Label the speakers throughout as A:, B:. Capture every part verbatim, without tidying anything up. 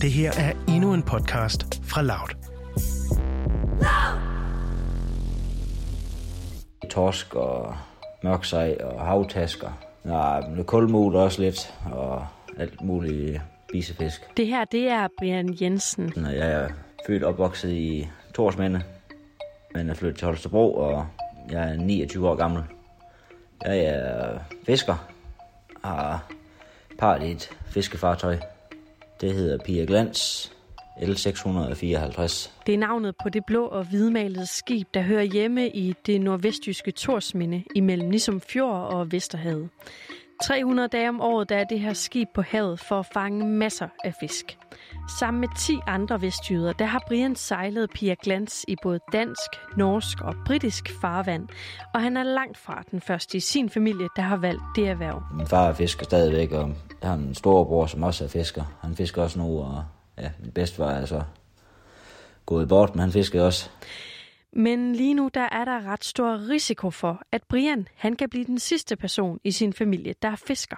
A: Det her er endnu en podcast fra Loud.
B: Torsk og mørksej og havtasker. Ja, kulmul også lidt, og alt muligt bisefisk.
C: Det her, det er Brian Jensen.
B: Jeg er født og opvokset i Thorsminde, men er flyttet til Holstebro, og jeg er niogtyve år gammel. Jeg er fisker, har part i et fiskefartøj. Det hedder Pia Glans L seks hundrede fireoghalvtreds.
C: Det er navnet på det blå og hvidmalede skib, der hører hjemme i det nordvestjyske Thorsminde imellem Nissum Fjord og Vesterhavet. tre hundrede dage om året, der er det her skib på havet for at fange masser af fisk. Sammen med ti andre vestjyder, der har Brian sejlet Pia Glans i både dansk, norsk og britisk farvand. Og han er langt fra den første i sin familie, der har valgt det erhverv.
B: Min far er fisker stadigvæk, og jeg har en storebror, som også er fisker. Han fisker også nu, og ja, min bedstefar er altså gået bort, men han fisker også.
C: Men lige nu der er der ret stor risiko for, at Brian han kan blive den sidste person i sin familie, der er fisker.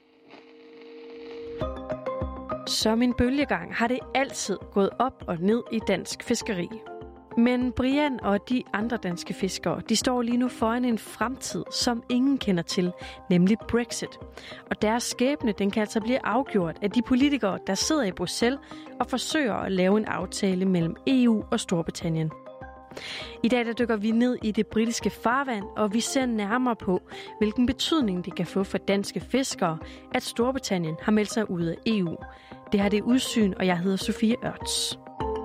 C: Som en bølgegang har det altid gået op og ned i dansk fiskeri. Men Brian og de andre danske fiskere, de står lige nu foran en fremtid, som ingen kender til, nemlig Brexit. Og deres skæbne, den kan altså blive afgjort af de politikere, der sidder i Bruxelles og forsøger at lave en aftale mellem E U og Storbritannien. I dag der dykker vi ned i det britiske farvand, og vi ser nærmere på, hvilken betydning det kan få for danske fiskere, at Storbritannien har meldt sig ud af E U. Det har det udsyn, og jeg hedder Sofie Ørts.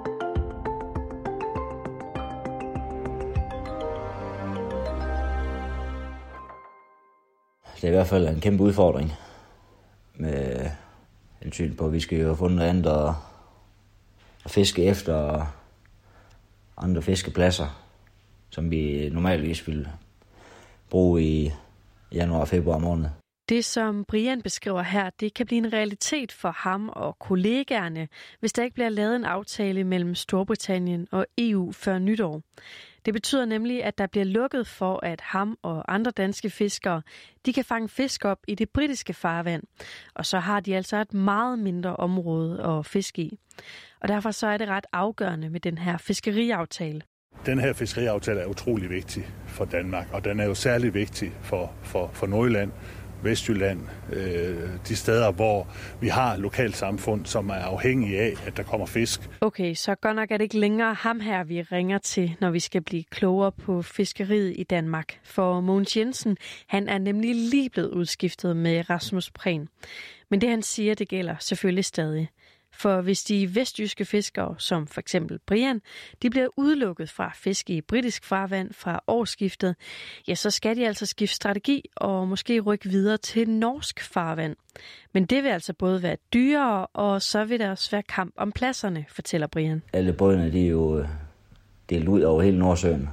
B: Det er i hvert fald en kæmpe udfordring med hensyn på, at vi skal jo have fundet noget andet at, at fiske efter og andre fiskepladser, som vi normalvis ville bruge i januar og februar måned.
C: Det, som Brian beskriver her, det kan blive en realitet for ham og kollegaerne, hvis der ikke bliver lavet en aftale mellem Storbritannien og E U før nytår. Det betyder nemlig, at der bliver lukket for, at ham og andre danske fiskere, de kan fange fisk op i det britiske farvand. Og så har de altså et meget mindre område at fiske i. Og derfor så er det ret afgørende med den her fiskeriaftale.
D: Den her fiskeriaftale er utrolig vigtig for Danmark, og den er jo særlig vigtig for, for, for Nordjylland, Vestjylland, øh, de steder, hvor vi har lokalsamfund, som er afhængige af, at der kommer fisk.
C: Okay, så godt nok er det ikke længere ham her, vi ringer til, når vi skal blive klogere på fiskeriet i Danmark. For Mogens Jensen, han er nemlig lige blevet udskiftet med Rasmus Prehn. Men det han siger, det gælder selvfølgelig stadig. For hvis de vestjyske fiskere, som for eksempel Brian, de bliver udelukket fra fiske i britisk farvand fra årsskiftet, ja, så skal de altså skifte strategi og måske rykke videre til norsk farvand. Men det vil altså både være dyrere, og så vil der også være kamp om pladserne, fortæller Brian.
B: Alle bådene, de er jo delt ud over hele Nordsøen.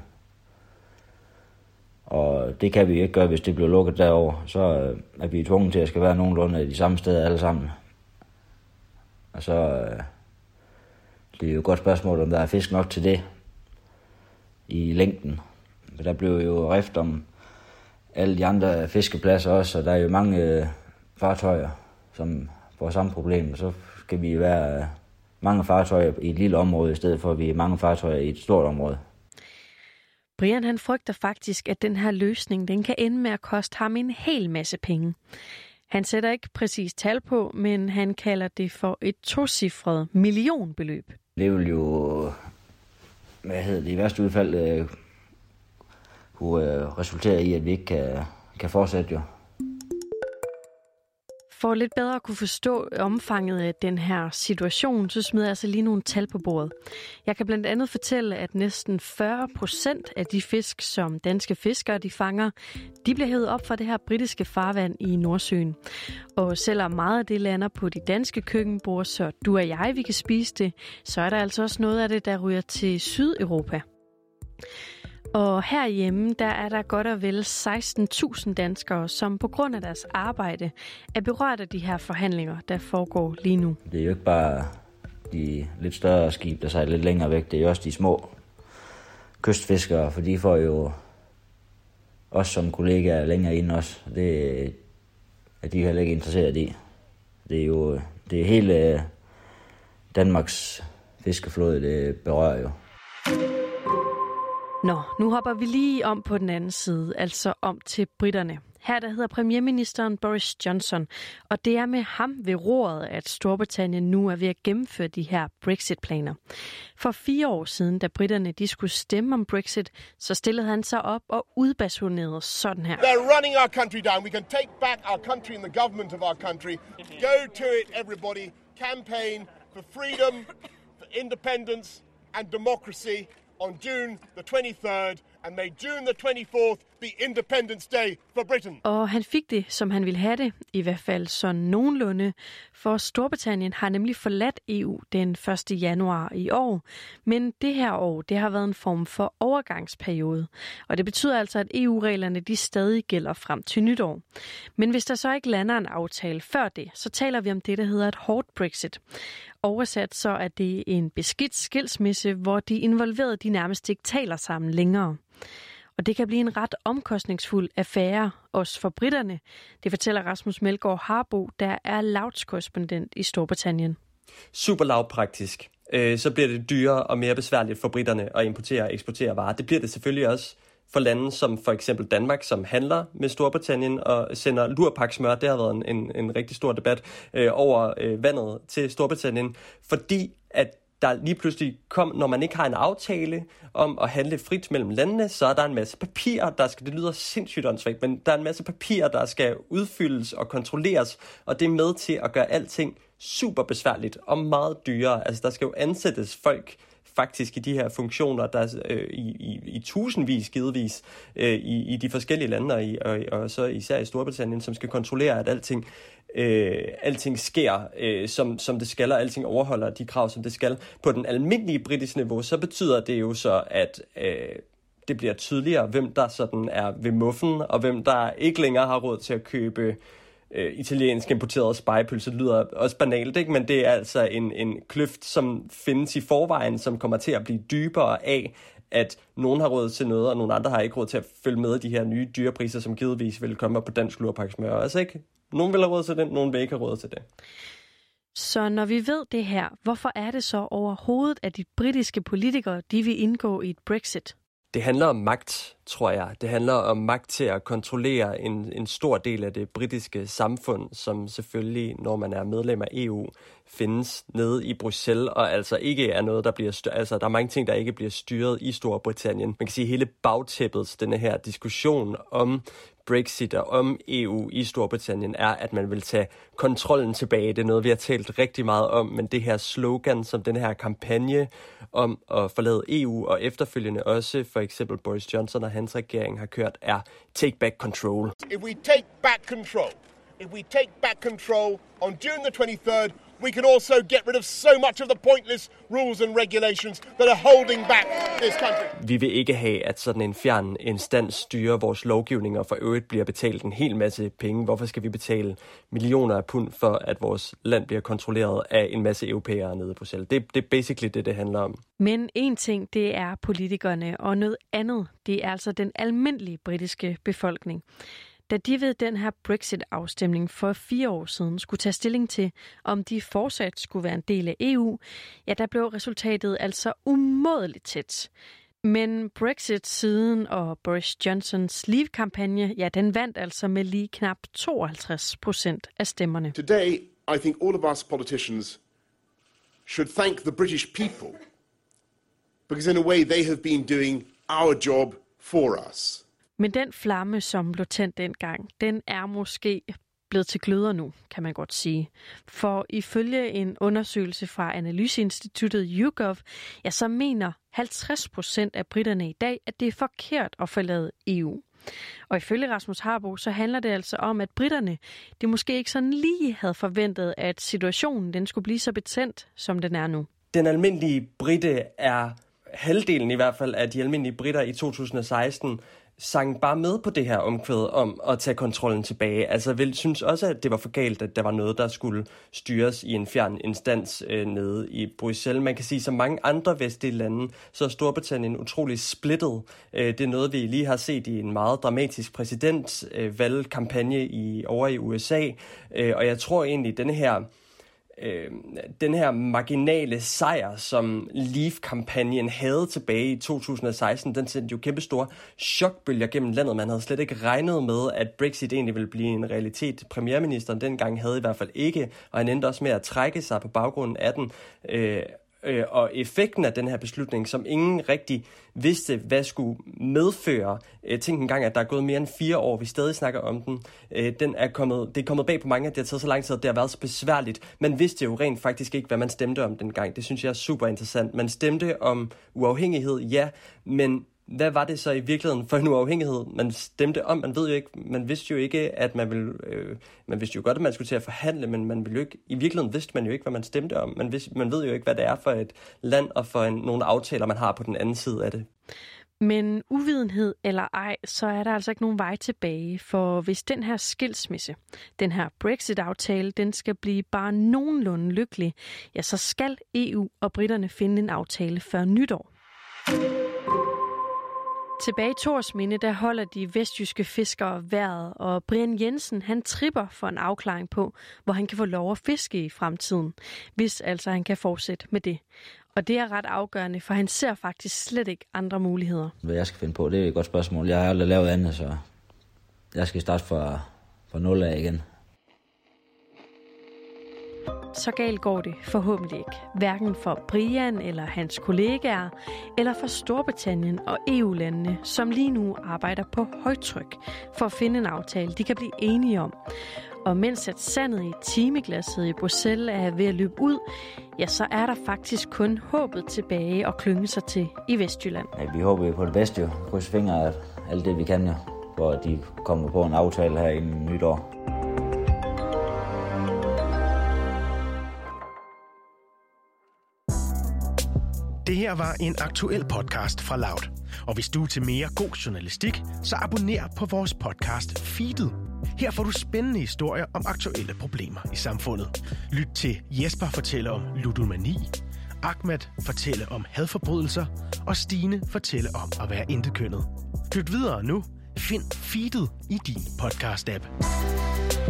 B: Og det kan vi ikke gøre, hvis det bliver lukket derover. Så er vi tvunget til at skal være nogenlunde de samme steder alle sammen. Og så øh, det er jo et godt spørgsmål, om der er fisk nok til det i længden. For der blev jo rift om alle de andre fiskepladser også, og der er jo mange øh, fartøjer, som får samme problem. Så skal vi være øh, mange fartøjer i et lille område, i stedet for at vi er mange fartøjer i et stort område.
C: Brian han frygter faktisk, at den her løsning den kan ende med at koste ham en hel masse penge. Han sætter ikke præcis tal på, men han kalder det for et tocifret millionbeløb.
B: Det vil jo, hvad hedder det, i værste udfald øh, kunne øh, resultere i, at vi ikke kan, kan fortsætte jo.
C: For lidt bedre at kunne forstå omfanget af den her situation, så smider jeg altså lige nogle tal på bordet. Jeg kan blandt andet fortælle, at næsten fyrre procent af de fisk, som danske fiskere de fanger, de bliver hævet op fra det her britiske farvand i Nordsøen. Og selvom meget af det lander på de danske køkkenbord, så du og jeg vi kan spise det, så er der altså også noget af det, der ryger til Sydeuropa. Og herhjemme, der er der godt og vel seksten tusind danskere, som på grund af deres arbejde er berørt af de her forhandlinger, der foregår lige nu.
B: Det er jo ikke bare de lidt større skib, der sejler lidt længere væk. Det er jo også de små kystfiskere, for de får jo også som kollegaer længere ind også. Det er de heller ikke interesseret i. Det er jo det er hele Danmarks fiskeflåde, det berører jo.
C: Nå, nu hopper vi lige om på den anden side, altså om til britterne. Her der hedder premierministeren Boris Johnson, og det er med ham ved roret, at Storbritannien nu er ved at gennemføre de her Brexit-planer. For fire år siden, da britterne de skulle stemme om Brexit, så stillede han sig op og udbasunerede sådan her.
E: They're running our country down. We can take back our country and the government of our country. Go to it, everybody. Campaign for freedom, for independence and democracy on June the twenty-third. And may June the twenty-fourth be Independence Day for Britain.
C: Og han fik det, som han ville have det, i hvert fald sådan nogenlunde, for Storbritannien har nemlig forladt E U den første januar i år. Men det her år, det har været en form for overgangsperiode. Og det betyder altså, at E U-reglerne de stadig gælder frem til nytår. Men hvis der så ikke lander en aftale før det, så taler vi om det, der hedder et hårdt Brexit. Oversat så er det en beskidt skilsmisse, hvor de involverede de nærmest ikke taler sammen længere. Og det kan blive en ret omkostningsfuld affære, også for britterne. Det fortæller Rasmus Melgaard Harbo, der er Louds-korrespondent i Storbritannien.
F: Super lavpraktisk. Så bliver det dyrere og mere besværligt for britterne at importere og eksportere varer. Det bliver det selvfølgelig også for lande som for eksempel Danmark, som handler med Storbritannien og sender lurpaksmør. Det har været en, en, en rigtig stor debat øh, over øh, vandet til Storbritannien, fordi at der lige pludselig kom, når man ikke har en aftale om at handle frit mellem landene, så er der en masse papirer, der skal, det lyder sindssygt åndssvagt, men der er en masse papirer, der skal udfyldes og kontrolleres, og det er med til at gøre alting super besværligt og meget dyrere. Altså der skal jo ansættes folk faktisk i de her funktioner, der øh, i, i, i tusindvis givetvis øh, i, i de forskellige lande, og, i, og, og så især i Storbritannien, som skal kontrollere, at alting, øh, alting sker, øh, som, som det skal, og alting overholder de krav, som det skal. På den almindelige britiske niveau, så betyder det jo så, at øh, det bliver tydeligere, hvem der sådan er ved muffen, og hvem der ikke længere har råd til at købe Øh, italiensk importeret spegepølse. Det lyder også banalt, ikke? Men det er altså en, en kløft, som findes i forvejen, som kommer til at blive dybere af, at nogen har råd til noget, og nogle andre har ikke råd til at følge med de her nye dyrepriser, som givetvis vil komme på dansk lurpaksmør. Altså ikke, nogen vil have råd til det, nogen vil ikke have råd til det.
C: Så når vi ved det her, hvorfor er det så overhovedet, at de britiske politikere de vil indgå i et Brexit?
F: Det handler om magt, tror jeg. Det handler om magt til at kontrollere en, en stor del af det britiske samfund, som selvfølgelig, når man er medlem af E U, findes nede i Bruxelles, og altså ikke er noget, der bliver styr- altså der er mange ting, der ikke bliver styret i Storbritannien. Man kan sige, at hele bagtæppet, denne her diskussion om Brexit og om E U i Storbritannien, er, at man vil tage kontrollen tilbage. Det er noget, vi har talt rigtig meget om, men det her slogan, som den her kampagne om at forlade E U, og efterfølgende også for eksempel Boris Johnson og hans regering har kørt, er Take Back Control.
E: If we take back control, if we take back control on June the twenty-third, we can also get rid of so much of the pointless rules and regulations that are holding back this country.
F: Vi vil ikke have, at sådan en fjern instans styrer vores lovgivning, og for øvrigt bliver betalt en hel masse penge. Hvorfor skal vi betale millioner af pund for, at vores land bliver kontrolleret af en masse europæere nede i Bruxelles? Det, det er basically det, det handler om.
C: Men en ting, det er politikerne, og noget andet, det er altså den almindelige britiske befolkning. Da de ved den her Brexit-afstemning for fire år siden skulle tage stilling til, om de fortsat skulle være en del af E U, ja, der blev resultatet altså umådeligt tæt. Men Brexit-siden og Boris Johnsons Leave-kampagne, ja, den vandt altså med lige knap tooghalvtreds procent af stemmerne.
E: Today, I think all of us politicians should thank the British people, because in a way they have been doing our job for us.
C: Men den flamme, som blev tændt dengang, den er måske blevet til gløder nu, kan man godt sige. For ifølge en undersøgelse fra analyseinstituttet YouGov, ja, så mener halvtreds procent af britterne i dag, at det er forkert at forlade E U. Og ifølge Rasmus Harbo, så handler det altså om, at britterne, det måske ikke sådan lige havde forventet, at situationen den skulle blive så betændt, som den er nu.
F: Den almindelige brite er halvdelen i hvert fald af de almindelige britter i to tusind og seksten, sang bare med på det her omkvæd om at tage kontrollen tilbage. Altså vil synes også, at det var for galt, at der var noget, der skulle styres i en fjern instans øh, nede i Bruxelles. Man kan sige, som mange andre vestlige lande, så er Storbritannien utrolig splittet. Øh, det er noget, vi lige har set i en meget dramatisk præsidentvalgkampagne øh, i over i U S A. Øh, og jeg tror egentlig, at denne her øh, den her marginale sejr, som Leave-kampagnen havde tilbage i to tusind og seksten, den sendte jo kæmpe store chokbølger gennem landet. Man havde slet ikke regnet med, at Brexit egentlig ville blive en realitet. Premierministeren dengang havde i hvert fald ikke, og han endte også med at trække sig på baggrunden af den. Øh, Og effekten af den her beslutning, som ingen rigtig vidste, hvad skulle medføre. Tænk engang, at der er gået mere end fire år, vi stadig snakker om den. Den er kommet, det er kommet bag på mange, at det har taget så lang tid, at det har været så besværligt. Man vidste jo rent faktisk ikke, hvad man stemte om dengang. Det synes jeg er super interessant. Man stemte om uafhængighed, ja, men hvad var det så i virkeligheden for en uafhængighed, man stemte om? Man ved jo ikke, man vidste jo ikke, at man ville, øh, man vidste jo godt, at man skulle til at forhandle, men man ville jo ikke, i virkeligheden vidste man jo ikke, hvad man stemte om. Man, vidste, man ved jo ikke, hvad det er for et land og for en, nogle aftaler, man har på den anden side af det.
C: Men uvidenhed eller ej, så er der altså ikke nogen vej tilbage, for hvis den her skilsmisse, den her Brexit-aftale, den skal blive bare nogenlunde lykkelig, ja, så skal E U og britterne finde en aftale før nytår. Tilbage i Thorsminde, der holder de vestjyske fiskere vejret, og Brian Jensen, han tripper for en afklaring på, hvor han kan få lov at fiske i fremtiden, hvis altså han kan fortsætte med det. Og det er ret afgørende, for han ser faktisk slet ikke andre muligheder.
B: Hvad jeg skal finde på, det er et godt spørgsmål. Jeg har aldrig lavet andet, så jeg skal starte fra, fra nul af igen.
C: Så galt går det forhåbentlig ikke. Hverken for Brian eller hans kollegaer, eller for Storbritannien og E U-landene, som lige nu arbejder på højtryk for at finde en aftale, de kan blive enige om. Og mens at sandet i timeglasset i Bruxelles er ved at løbe ud, ja, så er der faktisk kun håbet tilbage at klynge sig til i Vestjylland.
B: Ja, vi håber på det bedste jo. Kryds fingre, at alt det vi kan jo, hvor de kommer på en aftale her inden nytår.
A: Det her var en aktuel podcast fra Loud. Og hvis du er til mere god journalistik, så abonner på vores podcast Feedet. Her får du spændende historier om aktuelle problemer i samfundet. Lyt til Jesper fortælle om ludomani, Ahmed fortælle om hadforbrydelser, og Stine fortælle om at være intetkønnet. Lyt videre nu. Find Feedet i din podcast-app.